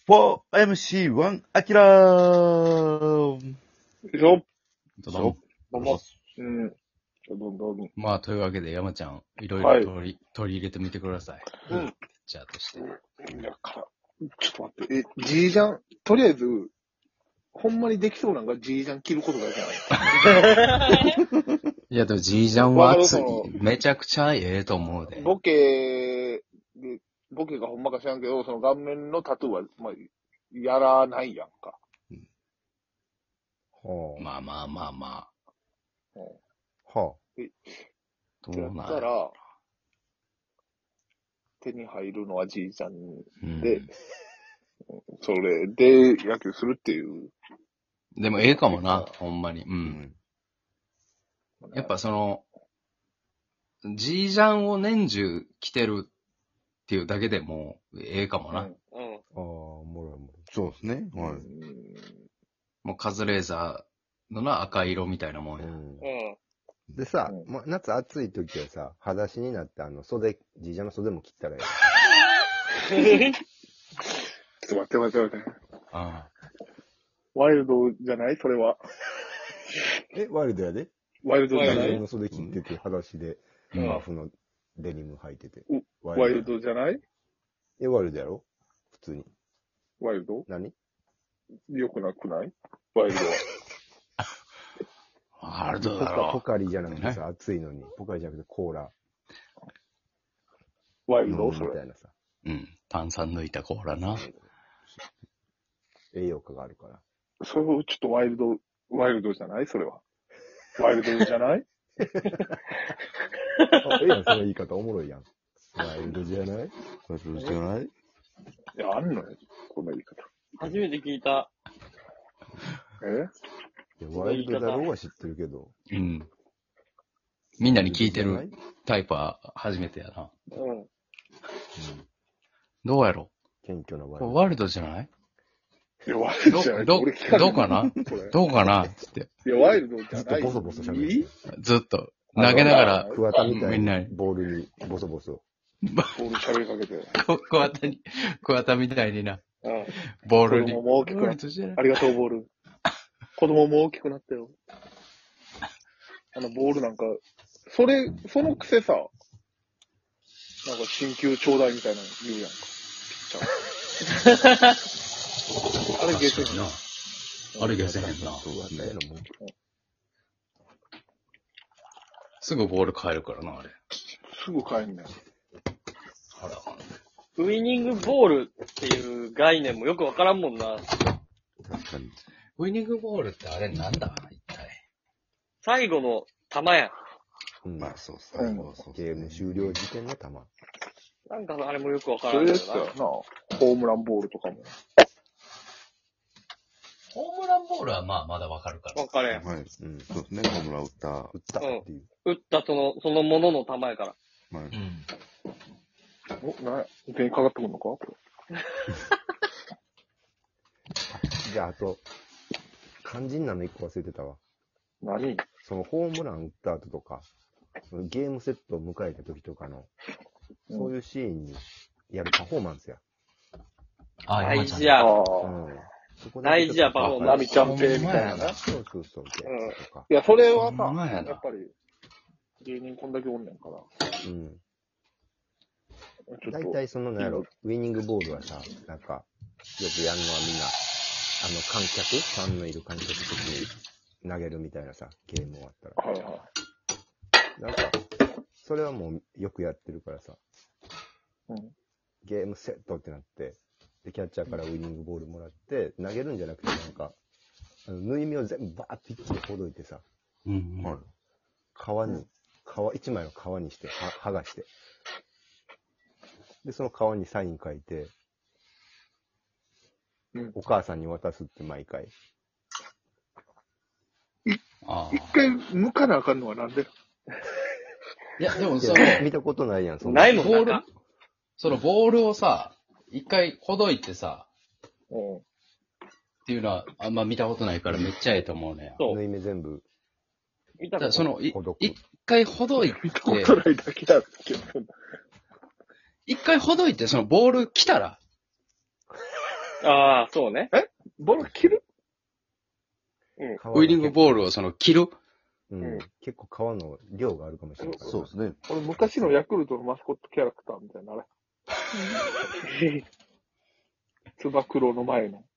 4MC1 アキラー。 よいしょ。 どうも。 どうも。どんどん。 まあ、というわけで、山ちゃん、いろいろ取り入れてみてください。じゃあ、として。 だから、ちょっと待って、G ジャン、とりあえず、ほんまにできそうなんが G ジャン着ることだけない。 いや、でも G ジャンは熱い。めちゃくちゃええと思うで。 ボケがほんまか知らんけど、その顔面のタトゥーは、まあ、やらないやんか。 まあまあまあまあ。 はあ。 どうやなったら、手に入るのは G ジャンで、それで野球するっていう。 でもええかもな、ほんまに。やっぱその、G ジャンを年中着てるっていうだけでもええかもな。 ああ、もろいもろい。そうですね。はい。 もうカズレーザーのな赤色みたいなもんや。 でさ、夏暑い時はさ、裸足になってG ジャンの袖も切ったらちょっと待って。ワイルドじゃないそれは。 ワイルドやで？ ワイルドじゃないの袖切ってて、裸足で、ハーフのデニム履いてて。 ワイルドじゃないワイルドやろ普通に。 ワイルド何よくなくないワイルドは。 ワイルドだろ。 ポカリじゃなくてさ、暑いのに。ポカリじゃなくてコーラ。 ワイルドそれ。 みたいなさ。 炭酸抜いたコーラな。 栄養価があるから。 それをちょっとワイルドじゃないそれは。ワイルドじゃないやん、その言い方おもろいやん。ワイルドじゃないワイルドじゃないいや、あんのよ。こんな言い方。 初めて聞いた。 ワイルドだろうは知ってるけど。 みんなに聞いてるタイプは初めてやな。どうやろ謙虚なワイルド。ワイルドじゃない？ いや、ワイルドじゃない。 どうかなどうかなつって。 いや、ワイルドじゃない。 ずっとボソボソ喋る。 ずっと投げながら。 桑田みたいにボールにボソボソ。 ボール喋りかけて。 桑田みたいにな。ボールに。 子供も大きくなった。ありがとう、ボール。子供も大きくなったよ。ボールなんか、そのくせさ、なんか新球ちょうだいみたいなの言うやんか。ピッチャー。あれゲセンな。 あれゲセンな。すぐボール変えるからな、あれ。 すぐ変えんねん。 ウイニングボールっていう概念もよくわからんもんな。 確かに。 ウイニングボールってあれなんだ一体。 最後の球やん。 まあそうそう。ゲーム終了時点の球。 なんかあれもよくわからんそれやったらな、ホームランボールとかも。 ホームランボールはまあまだわかるから。 わかれん。 はい。そうですね。ホームラン打ったっていう。 打ったそのものの球やから。 全員かかってくるのかこれ。 じゃあ、あと、肝心なの一個忘れてたわ。 何そのホームラン打った後とか、ゲームセットを迎えた時とかの、そういうシーンにやるパフォーマンスや。 大事や。大事や、パフォーマンス。 ナミちゃんペみたいな。 そう。 いや、それはさ、やっぱり、芸人こんだけおんねんから。 大体そのウイニングボールはさ、なんか、よくやるのはみんな、ファンのいる観客席に投げるみたいなさ、ゲーム終わったら。なんか、それはもうよくやってるからさ、ゲームセットってなって、で、キャッチャーからウイニングボールもらって、投げるんじゃなくて、なんか、縫い目を全部バーッと一気にほどいてさ、一枚の革にして、剥がして、で、その革にサイン書いて、お母さんに渡すって毎回。 一回剥かなあかんのはなんでいや、でも見たことないやん、 そんな。ないもんボール、そのボールをさ、一回ほどいてさ、っていうのはあんま見たことないからめっちゃええと思うね。 縫い目全部。 見たことない。 一回ほどいて。 見たことないだけだけど。 一回ほどいて、そのボール来たら、 ああ、そうね。 ボール切る？ ウイニングボールを切る？ 結構皮の量があるかもしれない。 そうですね。 俺昔のヤクルトのマスコットキャラクターみたいな、あれ。つば九郎の前の。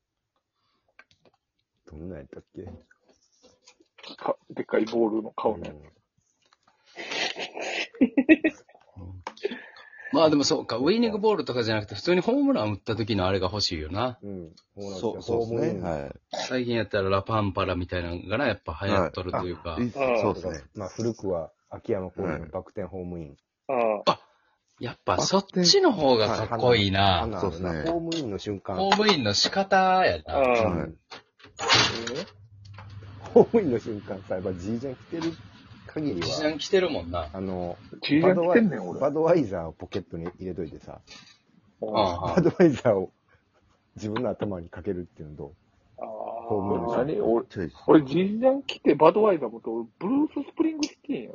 どんなんやったっけ？ でっかいボールの顔のやつ。 まあでもそうか、ウイニングボールとかじゃなくて、普通にホームラン打った時のあれが欲しいよな。 そうですね。はい。 最近やったらラパンパラみたいなのがな、やっぱ流行っとるというか。 そうですね。 まあ古くは秋山浩二のバク転ホームイン。 やっぱそっちの方がかっこいいな。 そうですね。ホームインの瞬間。 ホームインの仕方やな。 ホームインの瞬間さ、やっぱジージャン着てる限りは。 ジージャン着てるもんな。 ジージャン着てんねん、俺。 バドワイザーをポケットに入れといてさ。 バドワイザーを自分の頭にかけるっていうのと。ホームインの瞬間。 俺ジージャン着てバドワイザーもと、ブルース・スプリングスティーンや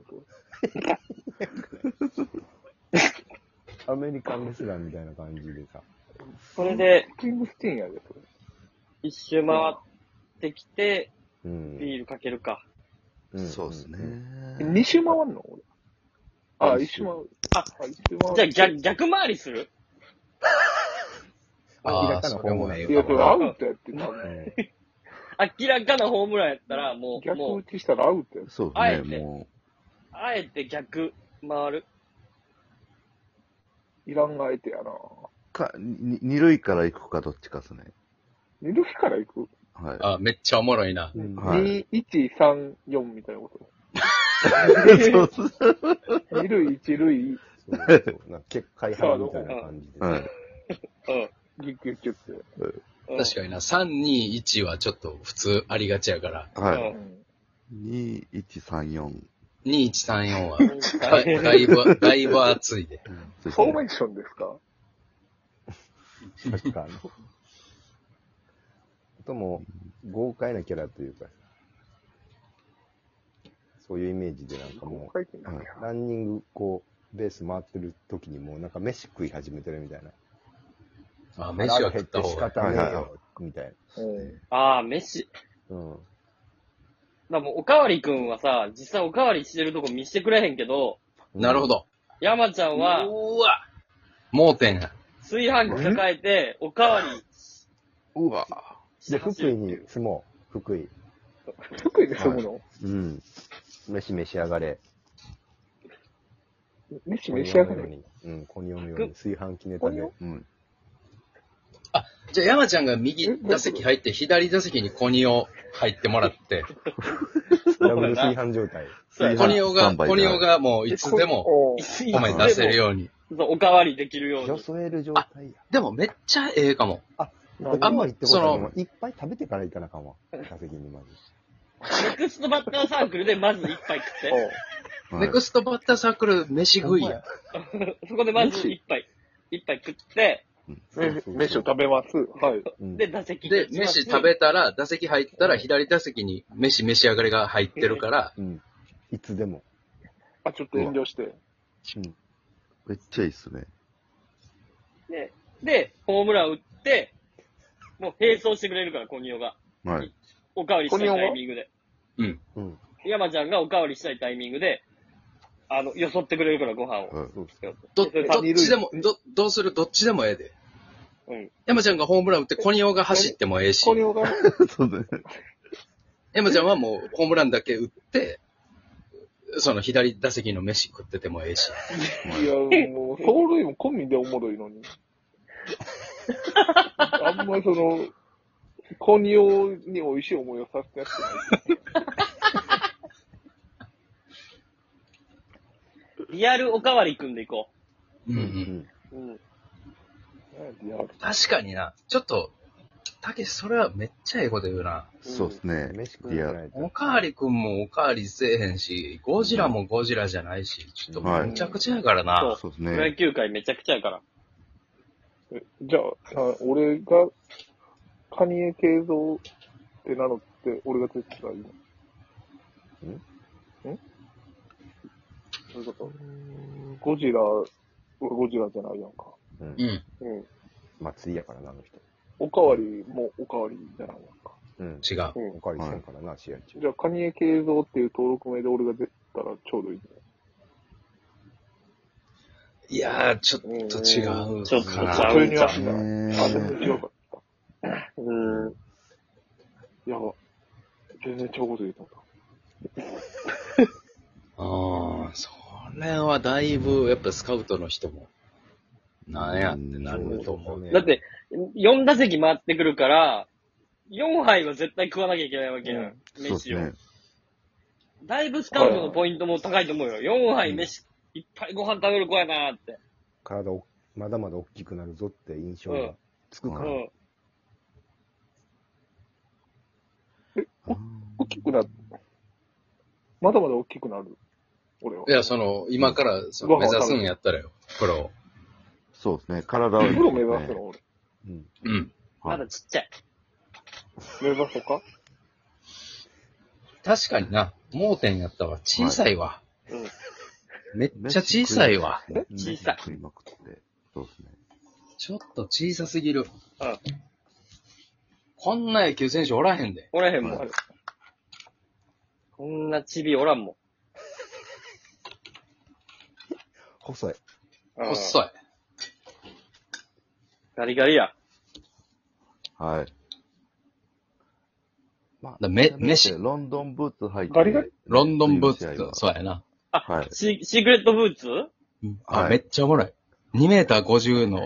つ。 アメリカンレスラーみたいな感じでさ。 それで、 スプリングスティーンやで、それ。 一周回ってきて、ビールかけるか。 そうですね。 二周回んの俺。一周回る。 じゃあ逆回りする？ 明らかなホームラン。 いや、それアウトやってた。 明らかなホームランやったら、もう。 逆打ちしたらアウトや。 そうですね、もう。 あえて逆回る。 いらんあえてやな。 二塁から行くかどっちかですね。 二塁から行く？ はい。 めっちゃおもろいな。 2、1、3、4みたいなこと。二塁、一塁。 結界派みたいな感じで。 はい。 ギュッギュッギュッて。 確かにな、3、2、1はちょっと普通ありがちやから。 はい。2、1、3、4。 2、1、3、4は、だいぶ熱いで。 フォーメーションですか？ サッカーの。あとも豪快なキャラというか、そういうイメージでなんかもう、ランニングベース回ってる時にもうなんか飯食い始めてるみたいな。 飯は食った方が仕方ねえよ、みたいな。飯。だもうおかわりくんはさ、実際おかわりしてるとこ見してくれへんけど。 なるほど。 山ちゃんは、 盲点や。 炊飯器抱えて、おかわり。 で、福井に住もう。福井。 福井で住むの？ 飯召し上がれ。 飯召し上がれ。 コニオのように炊飯器ネタで。 じゃあ山ちゃんが右打席入って左打席にコニオ入ってもらって。 ダブル炊飯状態。 コニオがもういつでも米出せるように。 おかわりできるように。 よそえる状態や。 でもめっちゃええかも。 あんまりってことは、いっぱい食べてから行かなあかんわ。打席にまず。 ネクストバッターサークルでまず一杯食って。 ネクストバッターサークル飯食いや。 そこでまず一杯食って、 飯を食べます。はい。 で、打席で、飯食べたら、打席入ったら、左打席に飯召し上がりが入ってるから、 いつでも。 ちょっと遠慮して。 めっちゃいいっすね。 で、ホームラン打って、もう並走してくれるから、コニオが。 はい。 おかわりしたいタイミングで。山ちゃんがおかわりしたいタイミングで、よそってくれるから、ご飯を。 どっちでも、どうする？どっちでもええで。山ちゃんがホームラン打って、コニオが走ってもええし。 コニオがそうだね。 山ちゃんはもう、ホームランだけ打って、その左打席の飯食っててもええし。 いや、もう、走塁も込みでおもろいのに。あんまりコニオに美味しい思いをさせてやってない。 リアルおかわりくんでいこう。 確かにな。ちょっと、たけし、それはめっちゃええこと言うな。 そうですね。 おかわりくんもおかわりせえへんし、ゴジラもゴジラじゃないし、ちょっとめちゃくちゃやからな。 そうですね。 プロ野球界めちゃくちゃやから。 じゃあ、俺が、カニエ慶三って名乗って、俺が出てたらいいの？どういうこと？ゴジラじゃないやんか。 うん。 松井やからな、あの人。 おかわりもおかわりじゃないですか。 うん。 違う。 おかわりせんからな、試合中。 じゃあ、カニエ慶三っていう登録名で俺が出たらちょうどいいね。 いやー、ちょっと違う。 ちょっとちゃそういうニュアンスだ。 あ、全然違うかった。やば。全然違うこと言うと思った。それはだいぶ、やっぱスカウトの人も、なんやってなると思う。 だって、4打席回ってくるから、4杯は絶対食わなきゃいけないわけやん。飯を。だいぶスカウトのポイントも高いと思うよ。4杯飯、いっぱいご飯食べる子やなーって。 体を、まだまだ大きくなるぞって印象がつくから。 大きくなる。まだまだ大きくなる。俺は。 いや、今から目指すんやったらよ、プロ。 そうですね、体を、 プロ目指すの、俺。 うん。 まだちっちゃい。 目指そうか？ 確かにな、盲点やったわ。小さいわ。めっちゃ小さいわ。 小さい。 そうですね。 ちょっと小さすぎる。こんな野球選手おらへんで。 おらへんもん。こんなチビおらんもん。 細い。 細い。 ガリガリや。 はい。 まあ、飯。 ロンドンブーツ履いて。 ガリガリ？ ロンドンブーツ、そうやな。 はい。シークレットブーツ？ めっちゃおもろい。2メーター50の。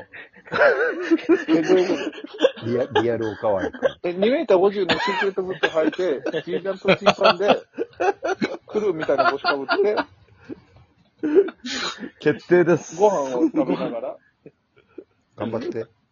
リアルおかわりか。 2メーター50のシークレットブーツ履いて、G ジャンプチンパンで、クルーみたいな帽子かぶって、 決定です。 ご飯を食べながら。 頑張って。